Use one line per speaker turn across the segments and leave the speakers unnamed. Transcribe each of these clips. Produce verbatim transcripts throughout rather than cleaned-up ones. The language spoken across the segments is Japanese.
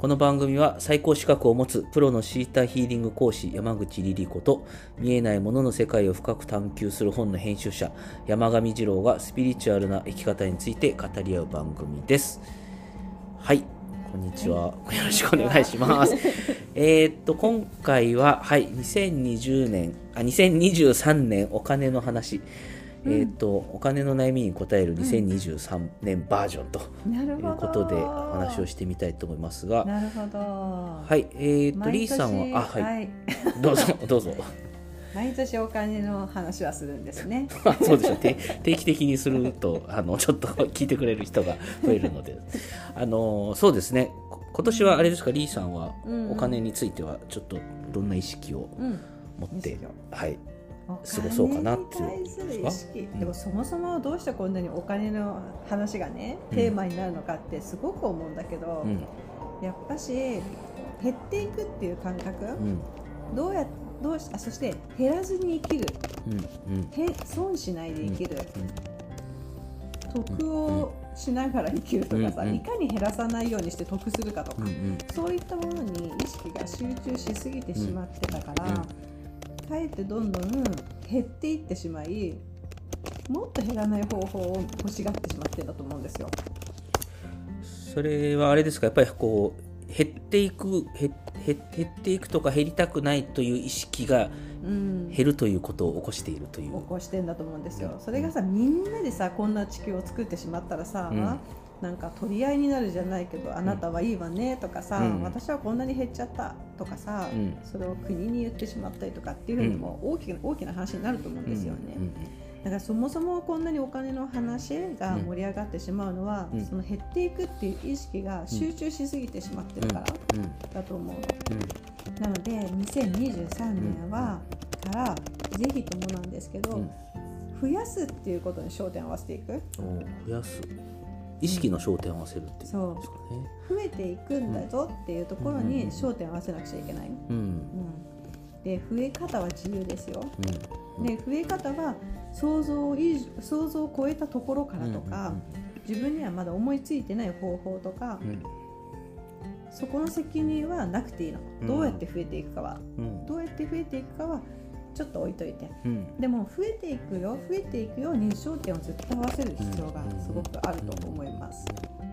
この番組は最高資格を持つプロのシータヒーリング講師山口リリ子と見えないものの世界を深く探求する本の編集者山上二郎がスピリチュアルな生き方について語り合う番組です。はい、こんにちは、はい、よろしくお願いしますえっと今回は、はい、にせんにじゅうねんあにせんにじゅうさんねんお金の話、うん、えー、とお金の悩みに応えるにせんにじゅうさんねんバージョンということでお話をしてみたいと思いますが、
なるほど、
はい、えー、とリーさんはあ、はいはい、どうぞどうぞ
毎年お金の話はするんですね
そうでしょう、定期的にするとあのちょっと聞いてくれる人が増えるのであのそうですね、今年はあれですか、リーさんはお金についてはちょっとどんな意識を持って、うん、はい過ごそうかなっていう
する意識、うん、でもそもそもどうしてこんなにお金の話がねテーマになるのかってすごく思うんだけど、うん、やっぱし減っていくっていう感覚、うん、どうやどうしあそして減らずに生きる、うんうん、へ損しないで生きる、うんうん、得をしながら生きるとかさ、うんうん、いかに減らさないようにして得するかとか、うんうん、そういったものに意識が集中しすぎてしまってたから、うんうん、かえってどんどん減っていってしまい、もっと減らない方法を欲しがってしまっているんだと思うんですよ。
それはあれですか、やっぱりこう減っていく 減, 減, 減っていくとか減りたくないという意識が減るということを起こしているという、
うん、起こしてんだと思うんですよ。それがさ、みんなでさこんな地球を作ってしまったらさ、うん、なんか取り合いになるじゃないけど、あなたはいいわねとかさ、うん、私はこんなに減っちゃったとかさ、うん、それを国に言ってしまったりとかっていうふうにも大きな、大きな話になると思うんですよね、うんうんうん、だからそもそもこんなにお金の話が盛り上がってしまうのは、うん、その減っていくっていう意識が集中しすぎてしまってるからだと思うの、うんうん、なのでにせんにじゅうさんねんはからぜひともなんですけど、うん、増やすっていうことに焦点を合わせていく。
増やす、意識の焦点を合わせるっていうんですかね。
そう、増えていくんだぞっていうところに焦点を合わせなくちゃいけない、うんうん、で増え方は自由ですよ、うん、で増え方は想像以上、想像を超えたところからとか、うんうんうん、自分にはまだ思いついてない方法とか、うん、そこの責任はなくていいの、うん、どうやって増えていくかは、うん、どうやって増えていくかはちょっと置いといて、うん、でも増えていくよ増えていくように焦点を絶対合わせる必要がすごくあると思います、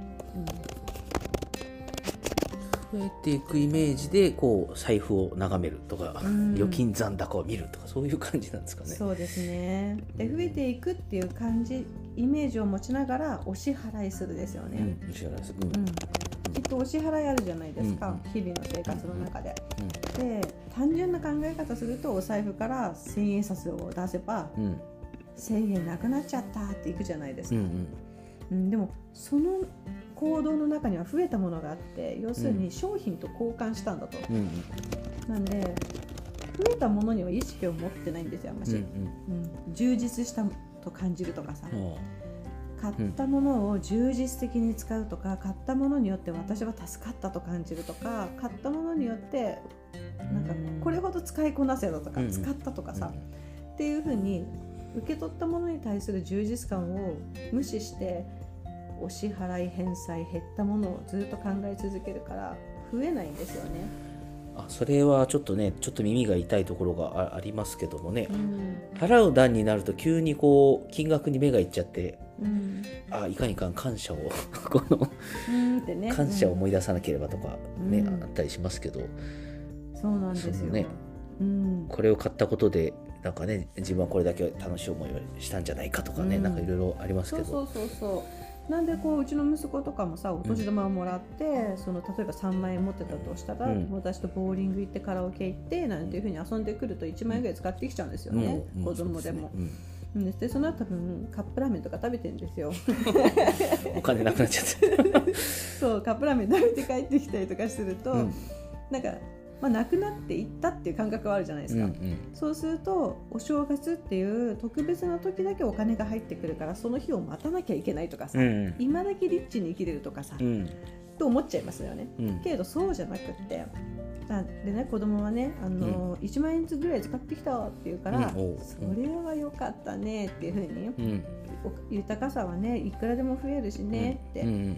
うんうん、増えていくイメージでこう財布を眺めるとか、うん、預金残高を見るとか、そういう感じなんですかね。
そうですね。で増えていくっていう感じイメージを持ちながらお支払いするですよね、
うん、お支払いする、うん
うん、きっとお支払いあるじゃないですか、うん、日々の生活の中で、うん、で単純な考え方するとお財布からせんえん札を出せば、うん、せんえんなくなっちゃったっていくじゃないですか、うんうんうん、でもその行動の中には増えたものがあって、要するに商品と交換したんだと、うんうん、なんで増えたものには意識を持ってないんですよ、あんまし、うんうんうん、充実したと感じるとかさ、買ったものを充実的に使うとか、買ったものによって私は助かったと感じるとか、買ったものによってなんかこれほど使いこなせたとか、使ったとかさ、っていう風に受け取ったものに対する充実感を無視してお支払い返済減ったものをずっと考え続けるから増えないんですよね。
あ、それはちょっとね、ちょっと耳が痛いところが あ, ありますけどもね、うん、払う段になると急にこう金額に目がいっちゃって、うん、あ、いかんいかん感謝をこの、うんってね、感謝を思い出さなければとかね、うん、あったりしますけど、
そうなんですよね、
うん、これを買ったことでなんかね、自分はこれだけ楽しい思いをしたんじゃないかとかね、うん、なんかいろいろありますけど、
そうそうそうそう、なんでこううちの息子とかもさ、お年玉をもらって、うん、その例えばさんまんえん持ってたとしたら、うん、私とボーリング行ってカラオケ行ってなんていう風に遊んでくるといちまんえんぐらい使ってきちゃうんですよね、うん、子供でも、うん、でその後多分カップラーメンとか食べてるんですよ
お金なくなっちゃって
そうカップラーメン食べて帰ってきたりとかすると、うん、なんかまあ、なくなっていったっていう感覚はあるじゃないですか、うんうん、そうするとお正月っていう特別な時だけお金が入ってくるからその日を待たなきゃいけないとかさ、うん、今だけリッチに生きれるとかさ、うん、と思っちゃいますよね、うん、けれどそうじゃなくってあでね、子供はね、あの、うん、いちまんえんぐらい使ってきたって言うから、うん、それは良かったねっていう風に、うん、豊かさはねいくらでも増えるしねって、うんうん、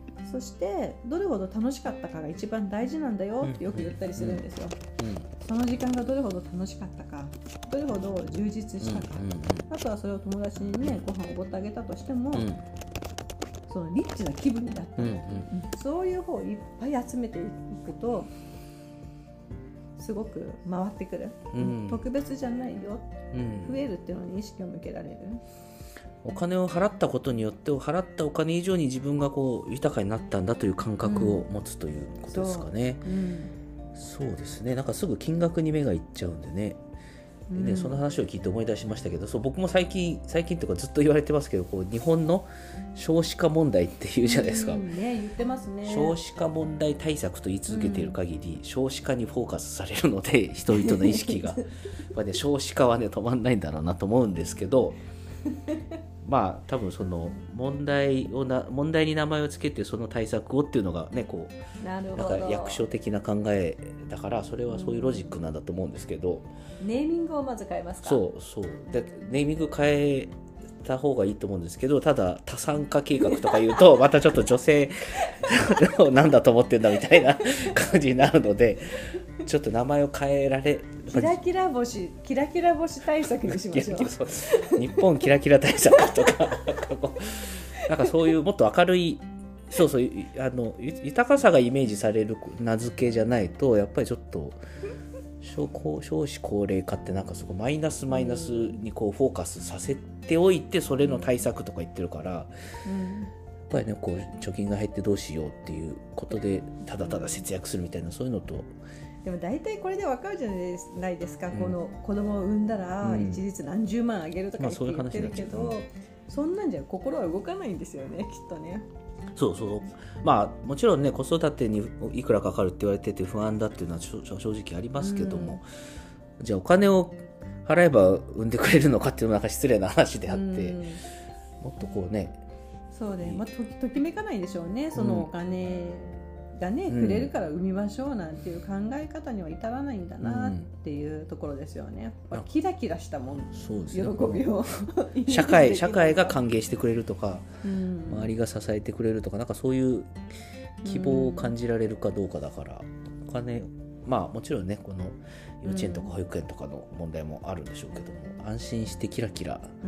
そしてどれほど楽しかったかが一番大事なんだよってよく言ったりするんですよ、うんうん、その時間がどれほど楽しかったか、どれほど充実したか、うんうんうん、あとはそれを友達にねご飯をおごってあげたとしても、うん、そのリッチな気分になって、うんうん、そういう方をいっぱい集めていくとすごく回ってくる、うん、特別じゃないよ、うん、増えるっていうのに意識を向けられる。
お金を払ったことによって払ったお金以上に自分がこう豊かになったんだという感覚を持つということですかね、うん、そう、うん、そうですね。なんかすぐ金額に目がいっちゃうんでね、でね、その話を聞いて思い出しましたけど、そう僕も最近最近というかずっと言われてますけど、こう日本の少子化問題っていうじゃないですか、
うんね、言ってますね。
少子化問題対策と言い続けている限り、うん、少子化にフォーカスされるので人々の意識がやっぱ、ね、少子化はね止まんないんだろうなと思うんですけどまあ多分その問題をな問題に名前をつけてその対策をっていうのがねこう
なるほど、
なんか役所的な考えだから、それはそういうロジックなんだと思うんですけど、
うん、ネーミングをまず変えますか。
そうそうでネーミング変えた方がいいと思うんですけど、ただ多産化計画とか言うとまたちょっと女性なんだと思ってんだみたいな感じになるので、ちょっと名前を変えられ
キラキラ星キラキラ星対策にしましょう。
そう日本キラキラ対策とかなんかそういうもっと明るい、そうそうあの豊かさがイメージされる名付けじゃないと、やっぱりちょっと少子高齢化ってなんかそこマイナスマイナスにこうフォーカスさせておいて、それの対策とか言ってるから、うん、やっぱりねこう貯金が減ってどうしようっていうことでただただ節約するみたいな、そういうのと。
でも大体これで分かるじゃないですか、うん、この子供を産んだら一律何十万あげるとか言って、言ってるけど、まあ、そういう話になっちゃう。そんなんじゃ心は動かないんですよね、きっとね。
そうそう、まあもちろんね子育てにいくらかかるって言われてて不安だっていうのは正直ありますけども、うん、じゃあお金を払えば産んでくれるのかっていうのはなんか失礼な話であって、うん、もっとこうね、
そうね、まあ、と, ときめかないでしょうね、そのお金がね、うん、くれるから産みましょうなんていう考え方には至らないんだなっていうところですよね、うん、キラキラしたもん、そうですね、喜びを
社会社会が歓迎してくれるとか、うん、周りが支えてくれるとか、なんかそういう希望を感じられるかどうかだから、うん、お金、まあもちろんねこの幼稚園とか保育園とかの問題もあるんでしょうけども、うん、安心してキラキラ、うん、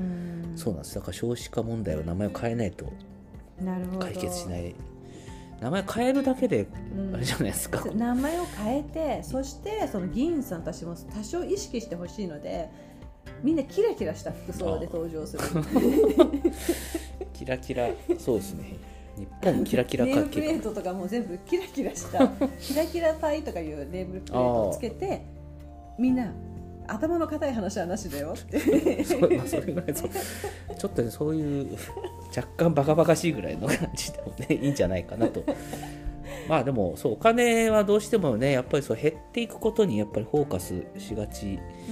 そうなんです。だから少子化問題は名前を変えないと解決しない。名前変えるだけであれじゃないですか、
うん、名前を変えて、そしてその議員さんたちも多少意識してほしいので、みんなキラキラした服装で登場する
キラキラ、そうですね、日本キラキラ
ネームプレートとかも全部キラキラしたキラキラ隊とかいうネームプレートをつけて、みんな頭の固い話はなしだよって
そ, まあ、それぐらいそうちょっと、ね、そういう若干バカバカしいぐらいの感じでもねいいんじゃないかなと。まあでもそう、お金はどうしてもねやっぱりそう減っていくことにやっぱりフォーカスしがち、うん、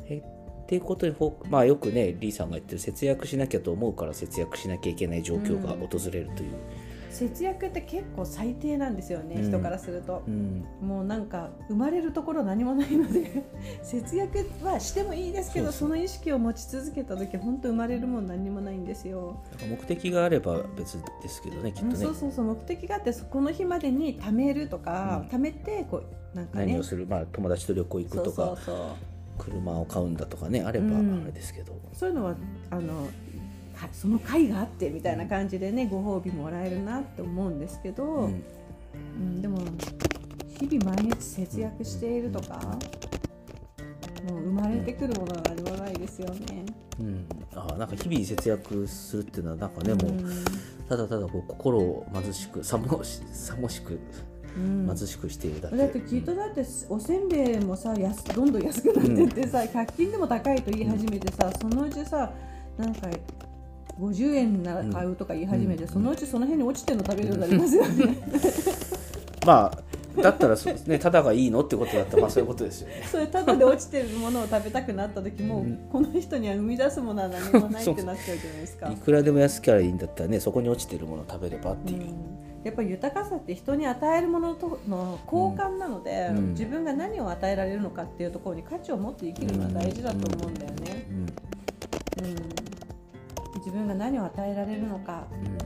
減っていくことにフォー、まあよくねリーさんが言ってる節約しなきゃと思うから節約しなきゃいけない状況が訪れるという、
うん、節約って結構最低なんですよね、うん、人からすると、うん、もうなんか生まれるところ何もないので節約はしてもいいですけど、 そ, その意識を持ち続けた時本当生まれるもん何もないんですよ。
目的があれば別ですけどね、きっとね。
そうそうそう、目的があって、この日までに貯めるとか、うん、貯めてこうなんか、ね、
何をする、まあ、友達と旅行行くとか、そうそうそう、車を買うんだとかねあればあれですけど、うん、
そういうのはあのその会があってみたいな感じでね、ご褒美もらえるなって思うんですけど、うんうん、でも日々毎日節約しているとか、もう生まれてくるものは何もないですよね、
うん、あ、なんか日々節約するっていうのはなんかね、もうただただこう心を貧しくさもし、さもしく貧しくしているだけ、うん、
だってきっとだっておせんべいもさ安どんどん安くなってってさ、うん、ひゃく均でも高いと言い始めてさ、そのうちさなんかごじゅうえんなら買うとか言い始めて、うん、そのうちその辺に落ちてるの食べるようになりますよね、
うん、まあだったらそうですね、ただがいいのってことだったら、まあそういうことですよね。
それただで落ちてるものを食べたくなった時も、うん、この人には生み出すものは何もないってなっちゃうじゃないですか。
いくらでも安ければいいんだったらね、そこに落ちてるものを食べればっていう、うん、
やっぱり豊かさって人に与えるものとの交換なので、うん、自分が何を与えられるのかっていうところに価値を持って生きるのは大事だと思うんだよね、うんうんうん、自分が何を与えられるのか、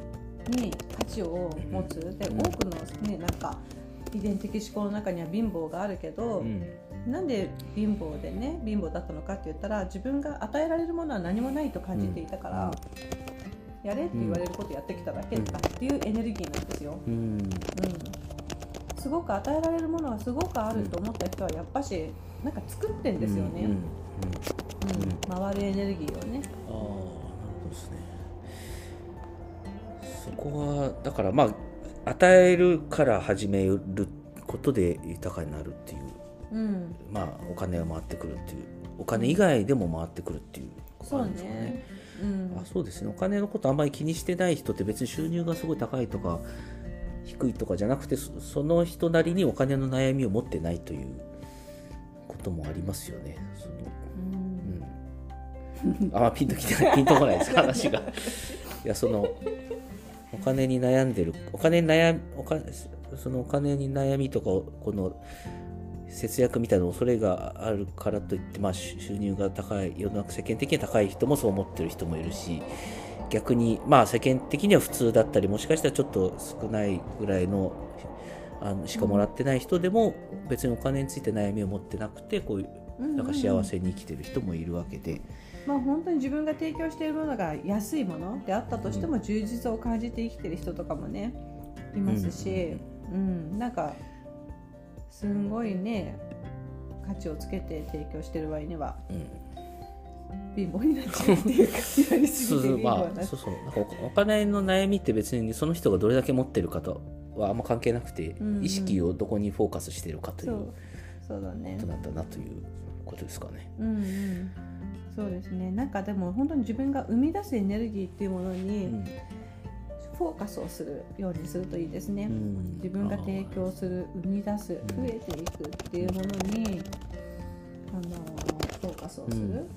に価値を持つで、多くの、ね、なんか遺伝的思考の中には貧乏があるけど、うん、なんで貧乏でね貧乏だったのかって言ったら、自分が与えられるものは何もないと感じていたから、うん、やれって言われることやってきただけだっていうエネルギーなんですよ、うんうん、すごく与えられるものはすごくあると思った人はやっぱしなんか作ってんですよね、うんうんうんうん、回るエネルギーをね。
ああ、なるほどですね。そこはだからまあ与えるから始めることで豊かになるっていう、うん、まあお金が回ってくるっていう、お金以外でも回ってくるっていうことなんですかね。そうね、うん、あ、そうですね。お金のことあんまり気にしてない人って別に収入がすごい高いとか低いとかじゃなくて、その人なりにお金の悩みを持ってないということもありますよね。その、うんうん、あんまピンときてないピンとこないです話が。いや、そのお金に悩んでる、お金に悩み、お金、そのお金に悩みとかこの節約みたいな恐れがあるからといって、まあ、収入が高い、世の中世間的に高い人もそう思ってる人もいるし、逆にまあ世間的には普通だったり、もしかしたらちょっと少ないぐらいの、あのしかもらってない人でも別にお金について悩みを持ってなくて、こういうなんか幸せに生きてる人もいるわけで、
まあ、本当に自分が提供しているものが安いものであったとしても充実を感じて生きている人とかもねいますし、うんうんうん、なんかすんごいね価値をつけて提供している割には、うん、貧乏になっちゃうっていうかやりすぎて貧乏になっちゃう。そうそう、なんか
お金の悩みって別にその人がどれだけ持ってるかとはあんま関係なくて、うんうん、意識をどこにフォーカスしているかということなんだなということですかね。
うんうん、そうですね。なんかでも本当に自分が生み出すエネルギーっていうものにフォーカスをするようにするといいですね、うん、自分が提供する、生み出す、増えていくっていうものに、あのフォーカスをする、うんうんうん、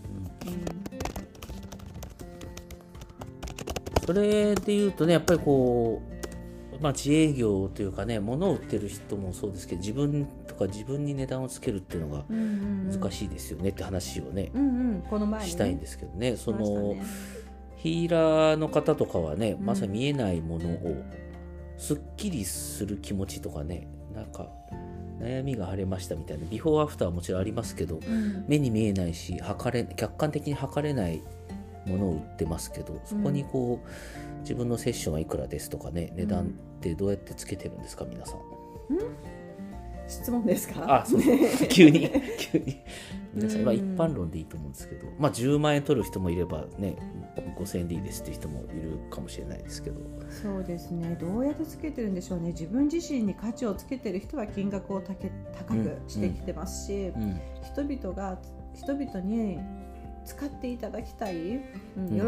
それでいうとね、やっぱりこう、まあ、自営業というかね、物を売ってる人もそうですけど、自分とか自分に値段をつけるっていうのが難しいですよねって話をね、
うんうん、この前にね
したいんですけどね。そのヒーラーの方とかはね、まさに見えないものをすっきりする気持ちとかね、なんか悩みが晴れましたみたいなビフォーアフターはもちろんありますけど、うん、目に見えないし測れ客観的に測れないものを売ってますけど、そこにこう自分のセッションはいくらですとかね、値段ってどうやってつけてるんですか皆さん。
うん、質問ですか？
あ、そう急に急に皆さん、まあ、一般論でいいと思うんですけど、まあ、じゅうまんえん取る人もいればね、ごせんえんでいいですっていう人もいるかもしれないですけど。
そうですね、どうやってつけてるんでしょうね。自分自身に価値をつけてる人は金額をたけ高くしてきてますし、うんうん、人々が人々に使っていただきたい、うん、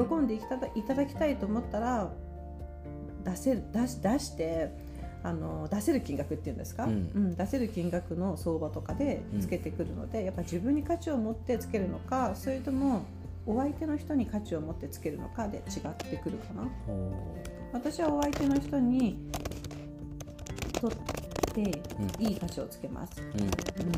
喜んでいただ、いただきたいと思ったら出せる、出し、出してあの出せる金額っていうんですか、うんうん、出せる金額の相場とかでつけてくるので、うん、やっぱ自分に価値を持ってつけるのか、それともお相手の人に価値を持ってつけるのかで違ってくるかな。私はお相手の人にとっていい価値をつけます、うんうん、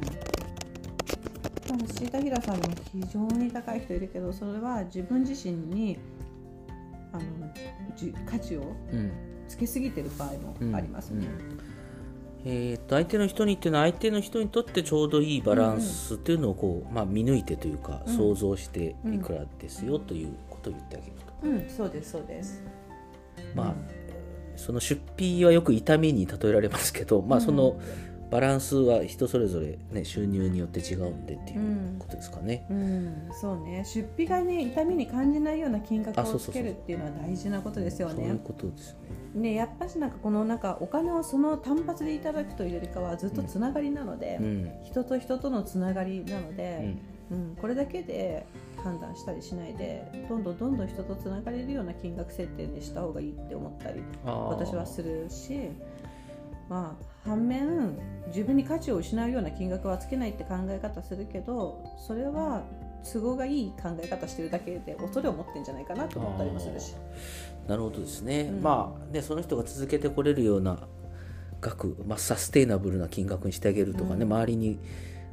シータヒラさんも非常に高い人いるけど、それは自分自身にあのじ価値をつけすぎてる場合もありますね、
うんうん、えー、と相手の人にっていうのは相手の人にとってちょうどいいバランスっていうのをこう、うんまあ、見抜いてというか、うん、想像していくらですよということを言ってあげると、
うん、そうですそうです。
まあ、その出費はよく痛みに例えられますけど、まあ、そのバランスは人それぞれ、ね、収入によって違うんでっていうことですかね、
うんうん、そうね、出費がね痛みに感じないような金額をつけるっていうのは大事なことですよね。
そういうことですね。
ね、やっぱしなんかこのなんかお金をその単発でいただくというよりかはずっとつながりなので、うん、人と人とのつながりなので、うんうん、これだけで判断したりしないで、どんどんどんどん人とつながれるような金額設定にした方がいいって思ったり私はするし、まあ、反面自分に価値を失うような金額はつけないって考え方するけど、それは都合がいい考え方してるだけで恐れを持ってるんじゃないかなと思ったりもするし。
なるほどですね、うん、まあね、その人が続けてこれるような額、まあ、サステイナブルな金額にしてあげるとかね、うん、周りに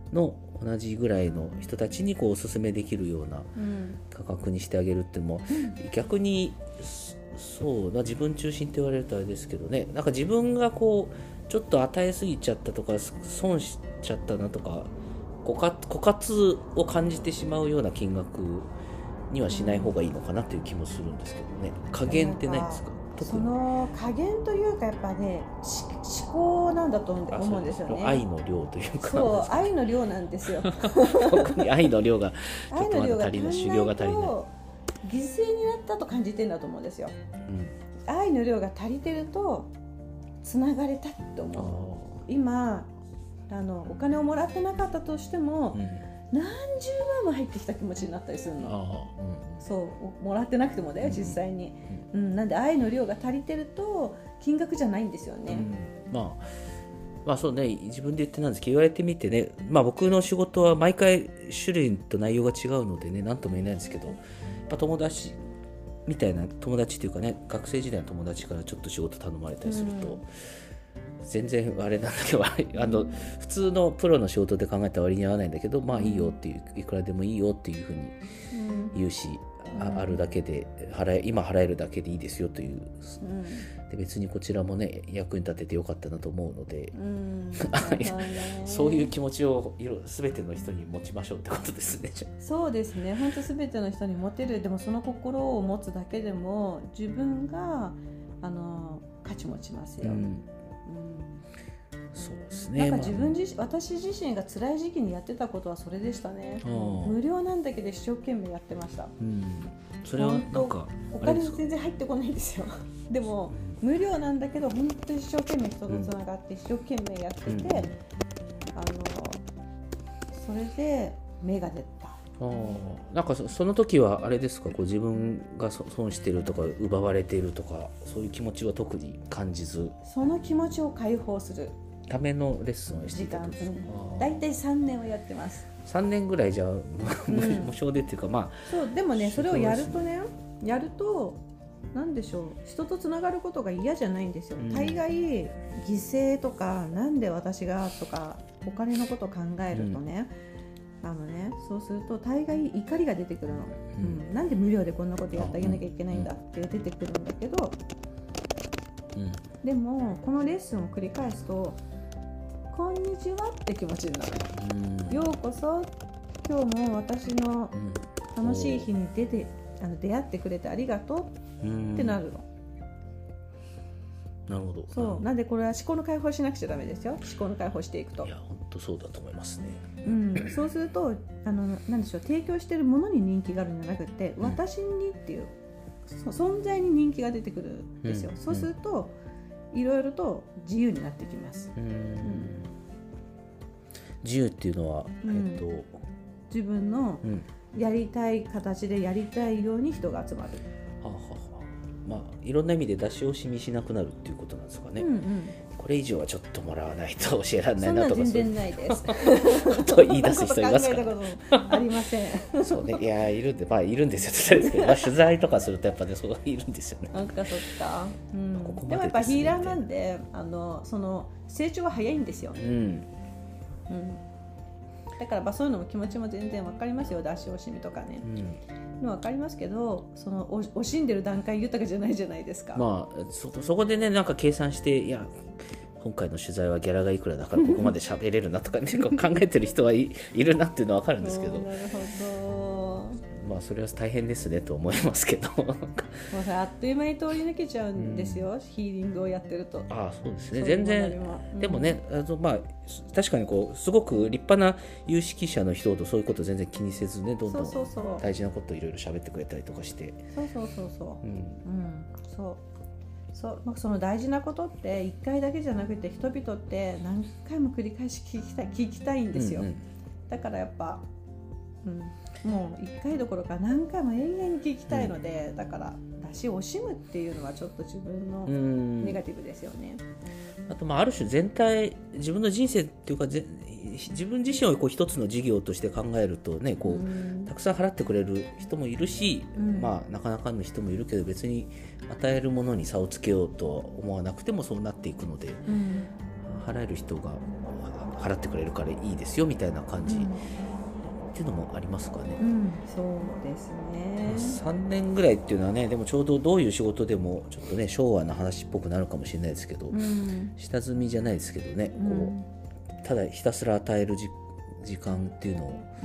の同じぐらいの人たちにこうおすすめできるような価格にしてあげるっていうのも、うん、逆にそうだ自分中心って言われるとあれですけどね、なんか自分がこうちょっと与えすぎちゃったとか損しちゃったなとか枯渇を感じてしまうような金額にはしない方がいいのかなという気もするんですけどね。加減ってないですか？
その加減というかやっぱね思考なんだと思うんですよね。
愛の量というか、
そう愛の量なんですよ
特に愛の量がちょっとまだ足りない、修行が足りない、
犠牲になったと感じてんだと思うんですよ、うん、愛の量が足りてるとつながれたって思う。今あのお金をもらってなかったとしても、うん何十万も入ってきた気持ちになったりするの、うん、そうもらってなくてもだよ実際に、うんうん、なんで愛の量が足りてると金額じゃないんですよね、
うん、まあまあそうね自分で言ってなんですけど言われてみてね、まあ、僕の仕事は毎回種類と内容が違うのでね何とも言えないんですけど、やっぱ友達みたいな友達っていうかね学生時代の友達からちょっと仕事頼まれたりすると、うん全然あれなんだけどあの普通のプロの仕事で考えた割に合わないんだけどまあいいよっていういくらでもいいよっていうふうに言うし、うん、あ, あるだけで払え今払えるだけでいいですよという、うん、で別にこちらもね役に立ててよかったなと思うので、うん、そういう気持ちを全ての人に持ちましょうってことですね。
そうですね本当全ての人に持てる。でもその心を持つだけでも自分があの価値持ちますよ、うん
そうですね、
なんか自分自身、まあ、私自身が辛い時期にやってたことはそれでしたね。無料なんだけど一生懸命やってました、うん、
それはなんか
お金全然入ってこないんですよでも無料なんだけど本当に一生懸命人とつながって一生懸命やってて、うん、あのそれで芽が出た。
あなんか そ, その時はあれですかこう自分が損してるとか奪われているとかそういう気持ちは特に感じず
その気持ちを解放する
ためのレッスンをしていたと。
だいたいさんねんをやってます。
さんねんぐらいじゃ無償でっていうか、まあ
そうでもねそれをやるとねやるとなんでしょう人とつながることが嫌じゃないんですよ、うん、大概犠牲とかなんで私がとかお金のことを考えるとね、うん、あのねそうすると大概怒りが出てくるの、うんうん、なんで無料でこんなことやってあげなきゃいけないんだって出てくるんだけど、うん、でもこのレッスンを繰り返すとこんにちはって気持ちになる、うん、ようこそ今日も私の楽しい日に出て、あの出会ってくれてありがとうってなるの。
なるほど。
そうなんでこれは思考の解放しなくちゃダメですよ。思考の解放していくと。
いや本当そうだと思いますね。
うん、そうするとあのなんでしょう提供しているものに人気があるんじゃなくて、うん、私にっていう存在に人気が出てくるんですよ。うん、そうすると、うん、いろいろと自由になってきます。うんうん、
自由っていうのは、うん、えっと
自分のやりたい形でやりたいように人が集まる。
はあはあ、まあいろんな意味で出し惜しみしなくなるっていうことなんですかね。うんうん、これ以上はちょっともらわないと教えられないなとか
そんな全然ないです。
ことを言い出す人いますから。
考えたことありません。
そうねいやいるんでまあいるんですよって言ったらですけど、まあ、取材とかするとやっぱねそういるんですよね。
なんかそっか。うん、ここまででもやっぱヒーラーなんであのその成長は早いんですよ。うん。うんだからまあそういうのも気持ちも全然わかりますよ。出し惜しみとかね、うん、のわかりますけどその惜しんでる段階豊かじゃないじゃないですか。
まあ そ, そこでねなんか計算していや今回の取材はギャラがいくらだからここまで喋れるなとか、ね、考えてる人はい、いるなっていうのはわかるんですけど
なるほど
まあそれは大変ですねと思いますけどもう
あっという間に通り抜けちゃうんですよ、うん、ヒーリングをやってると。
ああそうですね全然、うん、でもねあの、まあ、確かにこうすごく立派な有識者の人とそういうこと全然気にせずねどんどん大事なことをいろいろ喋ってくれたりとかして
そうそうそうそう、うんうん、そうそうまあ、その大事なことっていっかいだけじゃなくて人々って何回も繰り返し聞きたい、聞きたいんですよ、うんうん、だからやっぱ、うん、もういっかいどころか何回も永遠に聞きたいので、うん、だから出し惜しむっていうのはちょっと自分のネガティブですよね。
あとまあある種全体自分の人生っていうかぜ自分自身をこう一つの事業として考えるとねこうたくさん払ってくれる人もいるし、うん、まあなかなかの人もいるけど別に与えるものに差をつけようとは思わなくてもそうなっていくので、うん、払える人が払ってくれるからいいですよみたいな感じ、うん、っていうのもありますかね、
うん、そうですね。
さんねんぐらいっていうのはね、でもちょうどどういう仕事でもちょっとね昭和の話っぽくなるかもしれないですけど、うん、下積みじゃないですけどね、こうただひたすら与える 時, 時間っていうのを、
うん、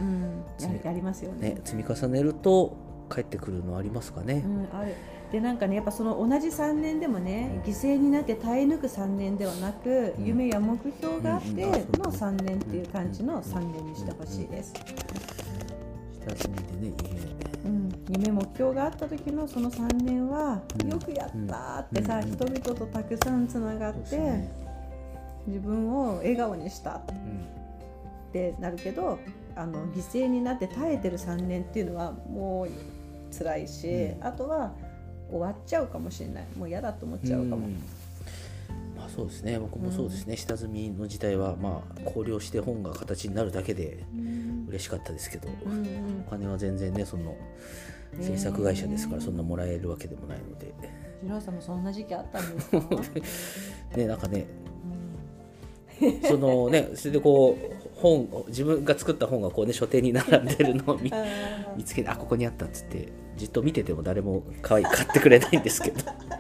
やりますよね。
ね、積み重ねると帰ってくるのありますかね、
うん、ある。でなんかね、やっぱその同じさんねんでもね、犠牲になって耐え抜くさんねんではなく、うん、夢や目標があってのさんねんっていう感じのさんねんにしてほしいです。
下積みでね、
うん、夢目標があった時のそのさんねんは、うん、よくやったってさ、うん、人々とたくさんつながって、ね、自分を笑顔にしたってなるけど、あの犠牲になって耐えてるさんねんっていうのはもう辛いし、うん、あとは終わっちゃうかもしれない、もう嫌だと思っちゃうかも、うん、
まあ、そうですね、僕もそうですね、うん、下積みの時代はまあ考慮して本が形になるだけで嬉しかったですけど、うんうん、お金は全然ね、その制作会社ですからそんなもらえるわけでもないので、
次郎さんもそんな時期あったんですか
ね、なんかね、うん、そのね、それでこう本自分が作った本がこう、ね、書店に並んでるのを 見, 見つけて、あ、ここにあったっつってじっと見てても誰も買い買ってくれないんですけど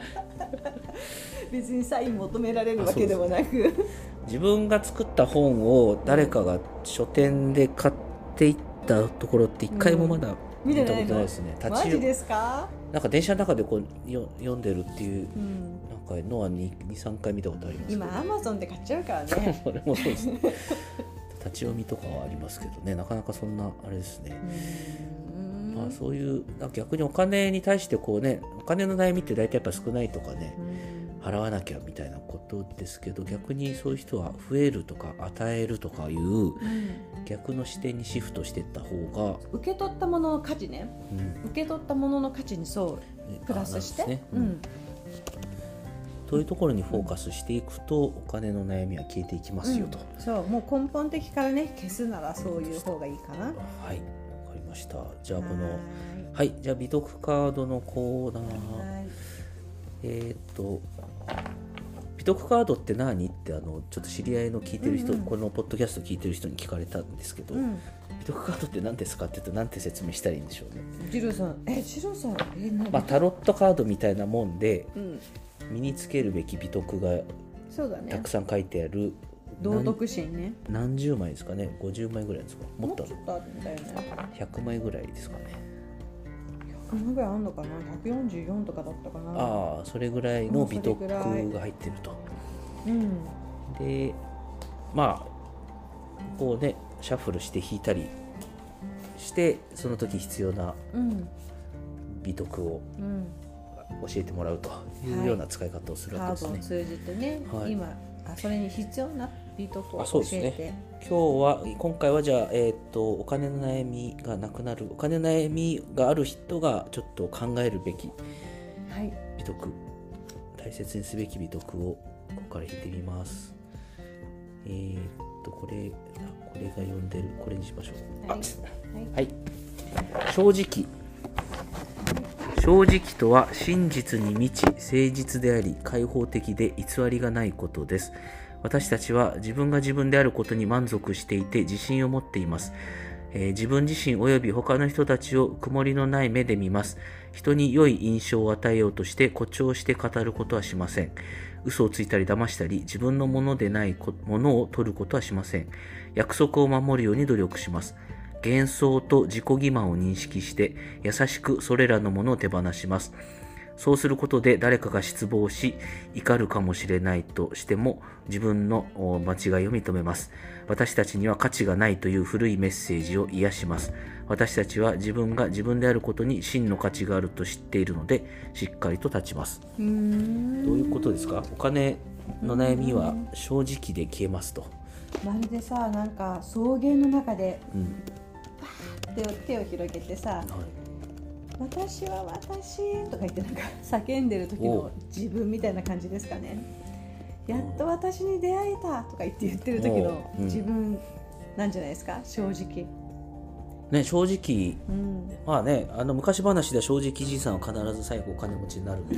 別にサイン求められるわけでもなく
自分が作った本を誰かが書店で買っていったところって一回もまだ見たことないですね、
うん、マジですか？
なんか電車の中でこうよ読んでるっていう、うん、なんかのは にさんかい見たことあります。
今アマゾンで買っちゃうからね
それもそうですね立ち読みとかはありますけどね、なかなかそんなあれですね。うん、まあ、そういう逆にお金に対してこうね、お金の悩みって大体やっぱ少ないとかね、払わなきゃみたいなことですけど、逆にそういう人は増えるとか与えるとかいう、うん、逆の視点にシフトしていった方が、
受け取ったものの価値ね、うん、受け取ったものの価値にそうプラスして、ね、うんうん、
そういうところにフォーカスしていくと、お金の悩みは消えていきますよと、
うん、そうもう根本的からね、消すならそういう方がいいかな。はい、わか
りました。じゃあこのはい、じゃあ美徳カードのコーナー、えっ、ー、と美徳カードって何ってあのちょっと知り合いの聞いてる人、うんうん、このポッドキャスト聞いてる人に聞かれたんですけど、うん、美徳カードって何ですかって言うと、なんて説明したらいいんでしょうね。
ジローさん、えジローさん、え何、
まあ、タロットカードみたいなもんで、うん、身につけるべき美徳がたくさん書いてある、
道徳心ね、
何十枚ですかね、ごじゅうまいぐらいですか、もっと
あるんだよね、
ひゃくまいぐらいですかね、
ひゃくまいぐらいあるのかな、ひゃくよんじゅうよんとかだったかな。
ああ、それぐらいの美徳が入ってると、うん、でまあこうね、シャッフルして引いたりしてその時必要な美徳を教えてもらうというような使い方をするわけですね、
はい、カードを通じてね、はい、今あそれに必要な美徳を教えて、あ、
そうですね、今日は今回はじゃあ、えー、とお金の悩みがなくなる、お金の悩みがある人がちょっと考えるべき美徳、はい、大切にすべき美徳をここから引いてみます。えー、っとこれこれが読んでる、これにしましょう。はい、はい、正直、正直とは真実に満ち誠実であり開放的で偽りがないことです。私たちは自分が自分であることに満足していて自信を持っています。えー、自分自身及び他の人たちを曇りのない目で見ます。人に良い印象を与えようとして誇張して語ることはしません。嘘をついたり騙したり、自分のものでないものを取ることはしません。約束を守るように努力します。幻想と自己欺瞞を認識して優しくそれらのものを手放します。そうすることで誰かが失望し怒るかもしれないとしても自分の間違いを認めます。私たちには価値がないという古いメッセージを癒します。私たちは自分が自分であることに真の価値があると知っているのでしっかりと立ちます。うーん、どういうことですか？お金の悩みは正直で消えますと。
まるでさ、なんか草原の中で、うん、パーって手を広げてさ、はい、私は私とか言ってなんか叫んでる時の自分みたいな感じですかね。やっと私に出会えたとか言って言ってる時の自分なんじゃないですか、正直。
ね、正直、うん、まあね、あの昔話では正直じいさんは必ず最後お金持ちになるんで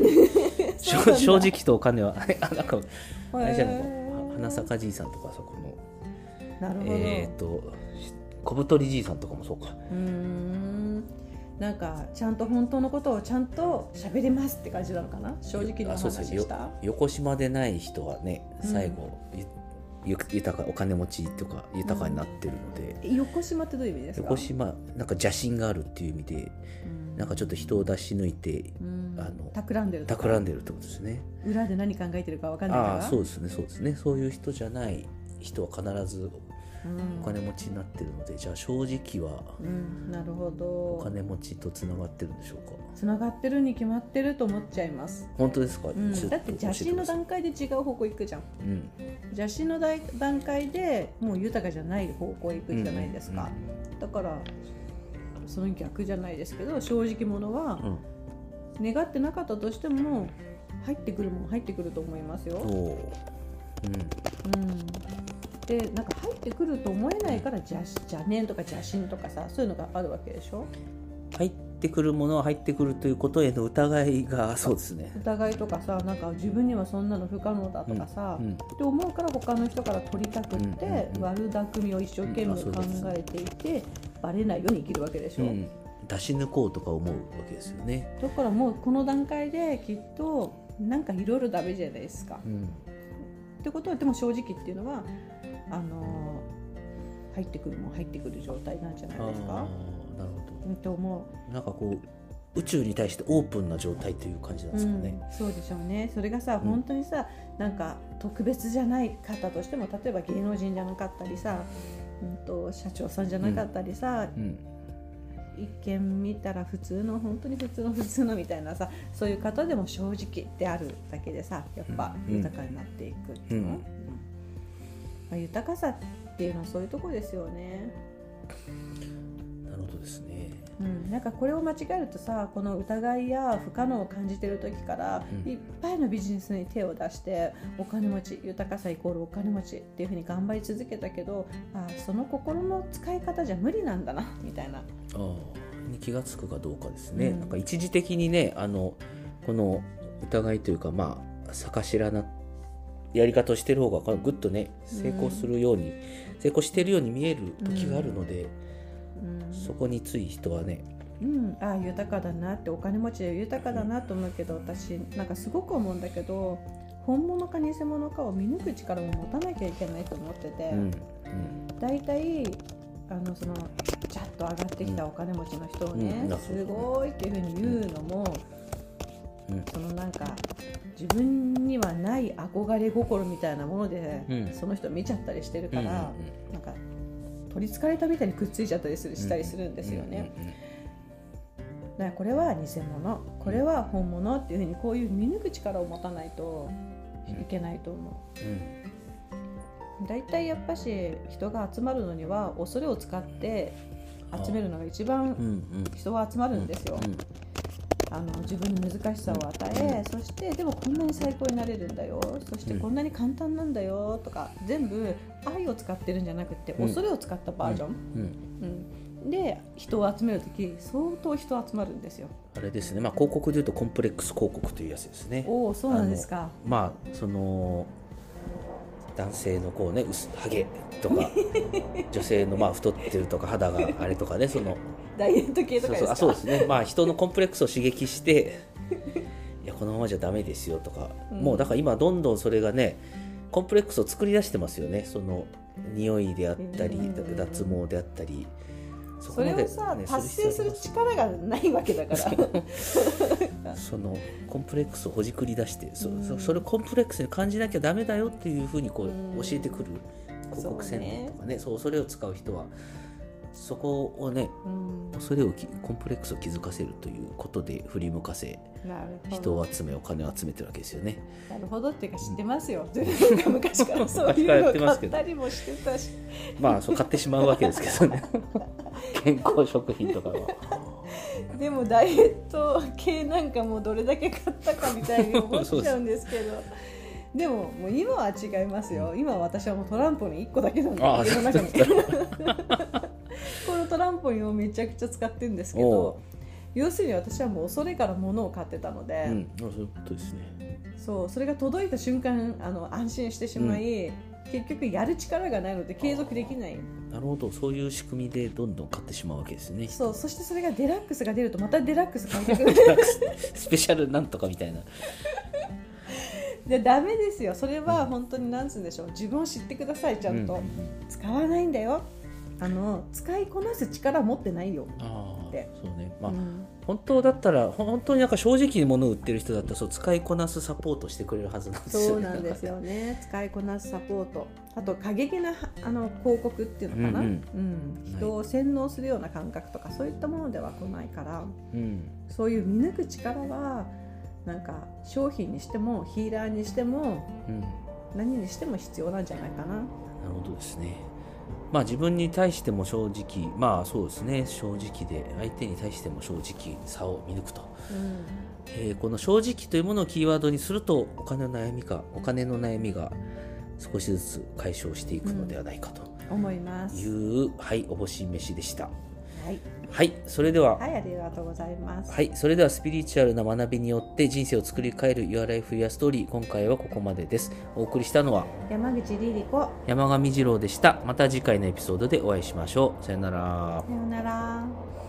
正直とお金はあなんかあれじゃない、花咲かじいさんとかそこの
なるほど。
えっと小太りじいさんとかもそうか。
うーん、なんかちゃんと本当のことをちゃんと喋りますって感じなのかな。正直な話した。
横島でない人はね、最後、うん、ゆ豊かお金持ちとか豊かになってるので、
うん、横島ってどういう意味ですか？
横島なんか邪心があるっていう意味で、うん、なんかちょっと人を出し抜いて、うん、あの企んでる企んでるってことですね。
裏で何考えてるか分かんないから。
ああ、そうですね、そうですね。そういう人じゃない人は必ずお金持ちになってるので、うん、じゃあ正直は、
うん、なるほど、
お金持ちとつながってるんでしょうか。
つながってるに決まってると思っちゃいます。
本当ですか？うん、
だって邪心の段階で違う方向行くじゃん、うん、邪心の段階でもう豊かじゃない方向行くじゃないですか、うんうん、だからその逆じゃないですけど、正直者は願ってなかったとしても入ってくるもん入ってくると思いますよ。うん、うん、でなんか入ってくると思えないから邪念とか邪心とかさ、そういうのがあるわけでしょ。
入ってくるものは入ってくるということへの疑いが、そうですね、
疑いとかさ、なんか自分にはそんなの不可能だとかさ、うんうん、って思うから他の人から取りたくって、うんうんうん、悪巧みを一生懸命考えていて、うん、バレないように生きるわけでしょ、うん、
出し抜こうとか思うわけですよね。
だからもうこの段階できっとなんかいろいろダメじゃないですか、うん、ってことはでも正直っていうのはあのー、入ってくるもん入ってくる状態なんじゃないですか。
なるほど、
うん、と思う。
なんかこう宇宙に対してオープンな状態という感じなんですかね、
うん、そうでしょうね。それがさ、うん、本当にさ、なんか特別じゃない方としても、例えば芸能人じゃなかったりさ、うんと社長さんじゃなかったりさ、うん、一見見たら普通の本当に普通の普通のみたいなさ、そういう方でも正直であるだけでさ、やっぱ豊かになっていくっていうの、うんうん、まあ、豊かさっていうのはそういうとこですよね。
なるほどですね、
うん、なんかこれを間違えるとさ、この疑いや不可能を感じてる時から、うん、いっぱいのビジネスに手を出してお金持ち、豊かさイコールお金持ちっていう風に頑張り続けたけど、あ、その心の使い方じゃ無理なんだなみたいな、
あに気がつくかどうかですね、うん、なんか一時的にね、あのこの疑いというか、まあ逆知らなやり方をしてる方がグッとね成功するように、うん、成功しているように見える時があるので、うん、そこについ人はね、
うん、ああ豊かだなって、お金持ちで豊かだなと思うけど、私なんかすごく思うんだけど、本物か偽物かを見抜く力を持たなきゃいけないと思ってて、うんうん、だいたいあのそのジャッと上がってきたお金持ちの人をね、うん、すごいっていうふうに言うのも、うん、そのなんか自分にはない憧れ心みたいなもので、うん、その人見ちゃったりしてるから、うんうんうん、なんか取りつかれたみたいにくっついちゃったりするしたりするんですよね、うんうんうん、だからこれは偽物、これは本物っていうふうにこういう見抜く力を持たないといけないと思う、うん、だいたいやっぱし人が集まるのには恐れを使って集めるのが一番人は集まるんですよ、うんうん、あの自分に難しさを与え、うん、そしてでもこんなに最高になれるんだよ、そしてこんなに簡単なんだよとか、全部愛を使ってるんじゃなくて恐れを使ったバージョン、うんうんうん、で人を集めるとき相当人集まるんですよ。
あれですね、まあ、広告でいうとコンプレックス広告というやつですね。
おお、そうなんですか。
まあその男性のこうね薄ハゲとか女性のまあ太ってるとか肌があれとかね、その
ダイエット系とかですか。
そうそう、あ、そうですね、まあ人のコンプレックスを刺激していやこのままじゃダメですよとか、うん、もうだから今どんどんそれがねコンプレックスを作り出してますよね。その匂いであったり、うん、脱毛であったり、
そこまで、ね、それをさ達成する力がないわけだから
そのコンプレックスをほじくり出して、そ, そ, それをコンプレックスに感じなきゃダメだよっていうふうにこう教えてくる広告宣伝とか ね, そう恐れを使う人はそこをね、恐れをコンプレックスを気づかせるということで振り向かせ、人を集めお金を集めてるわけですよね。
なるほどっていうか知ってますよ、うん、昔からそういうのを買ったりもしてたし
まあそう買ってしまうわけですけどね健康食品とかは
でもダイエット系なんかもうどれだけ買ったかみたいに思っちゃうんですけどでも、もう今は違いますよ。今私はもうトランポリンいっこだけなんで、家の中にこのトランポリンをめちゃくちゃ使ってるんですけど、要するに私はもう恐れから物を買ってたので、うん、
そういうことですね。
そう、それが届いた瞬間あの安心してしまい、うん、 結局やる力がないので継続できない。
なるほど、そういう仕組みでどんどん買ってしまうわけですね。
そう、そしてそれがデラックスが出るとまたデラックス買いたくなる
スペシャルなんとかみたいな。
でダメですよ。それは本当に何つうんでしょう、自分を知ってください。ちゃんと、うん、使わないんだよ、あの使いこなす力持ってないよって。
そうね、まあ、うん、本当だったら本当になんか正直に物を売ってる人だったらそう使いこなすサポートしてくれるはずなんですよね。
そうなんですよね。使いこなすサポート、あと過激なあの広告っていうのかな、うんうんうん、人を洗脳するような感覚とかそういったものでは来ないから、うん、そういう見抜く力はなんか商品にしてもヒーラーにしても、うん、何にしても必要なんじゃないかな。
なるほどですね。まあ自分に対しても正直、まあそうですね、正直で相手に対しても正直差を見抜くと、うんえー、この正直というものをキーワードにするとお金の悩みかお金の悩みが少しずつ解消していくのではないかと、
うん、思います。
いうはいおぼし飯でした。
はい、
はい、それでは、
はい、ありがとうございます。
はい、それではスピリチュアルな学びによって人生を作り変える Your Life Your Story、 今回はここまでです。お送りしたのは
山口リリ子、
山上二郎でした。また次回のエピソードでお会いしましょう。さよなら。
さよなら。